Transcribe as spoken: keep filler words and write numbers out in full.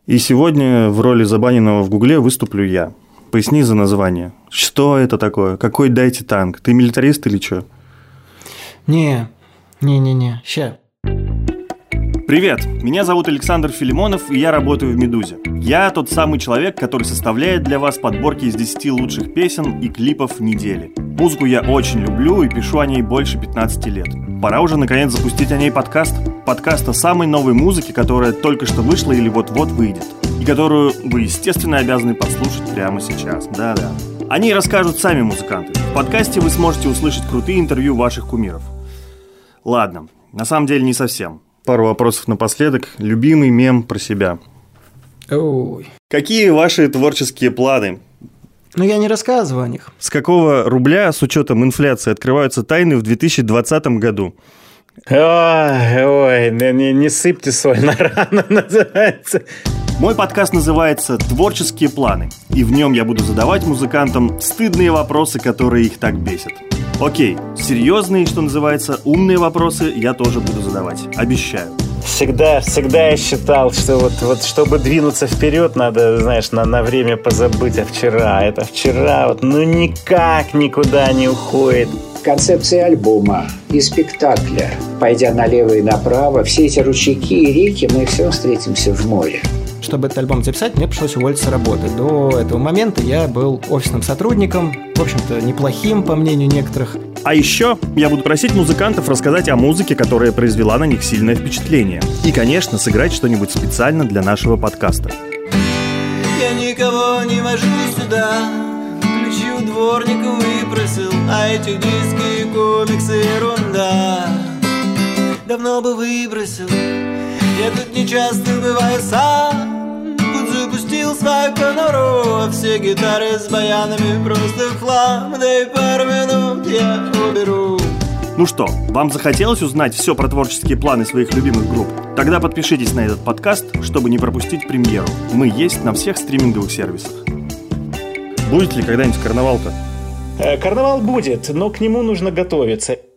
И сегодня в роли забаненного в Гугле выступлю я. Поясни за название. Что это такое? Какой дайте танк? Ты милитарист или что? Не, не-не-не, ща. Привет, меня зовут Александр Филимонов, и я работаю в «Медузе». Я тот самый человек, который составляет для вас подборки из десяти лучших песен и клипов недели. Музыку я очень люблю и пишу о ней больше пятнадцати лет. Пора уже наконец запустить о ней подкаст. Подкаст о самой новой музыке, которая только что вышла или вот-вот выйдет. И которую вы, естественно, обязаны послушать прямо сейчас. Да-да. О ней расскажут сами музыканты. В подкасте вы сможете услышать крутые интервью ваших кумиров. Ладно, на самом деле не совсем. Пару вопросов напоследок. Любимый мем про себя. Ой. Какие ваши творческие планы? Ну, я не рассказываю о них. С какого рубля, с учетом инфляции, открываются тайны в две тысячи двадцатом году? Ой, ой, не, не сыпьте соль на рану, называется. Мой подкаст называется «Творческие планы», и в нем я буду задавать музыкантам стыдные вопросы, которые их так бесят. Окей, серьезные, что называется, умные вопросы я тоже буду задавать, обещаю. Всегда, всегда я считал, что вот, вот чтобы двинуться вперед, надо, знаешь, на, на время позабыть о вчера. Это вчера вот ну никак никуда не уходит. Концепция альбома и спектакля, пойдя налево и направо, все эти ручейки и реки, мы все встретимся в море. Чтобы этот альбом записать, мне пришлось уволиться с работы. До этого момента я был офисным сотрудником, в общем-то, неплохим, по мнению некоторых. А еще я буду просить музыкантов рассказать о музыке, которая произвела на них сильное впечатление. И, конечно, сыграть что-нибудь специально для нашего подкаста. Я никого не вожу сюда, ключи у дворника выпросил, а эти диски и комиксы ерунда. Давно бы выбросил, я тут не часто бываю сам. Тут запустил свою конуру, а все гитары с баянами просто хлам. Да и пару минут я уберу. Ну что, вам захотелось узнать все про творческие планы своих любимых групп? Тогда подпишитесь на этот подкаст, чтобы не пропустить премьеру. Мы есть на всех стриминговых сервисах. Будет ли когда-нибудь карнавал-то? Карнавал будет, но к нему нужно готовиться.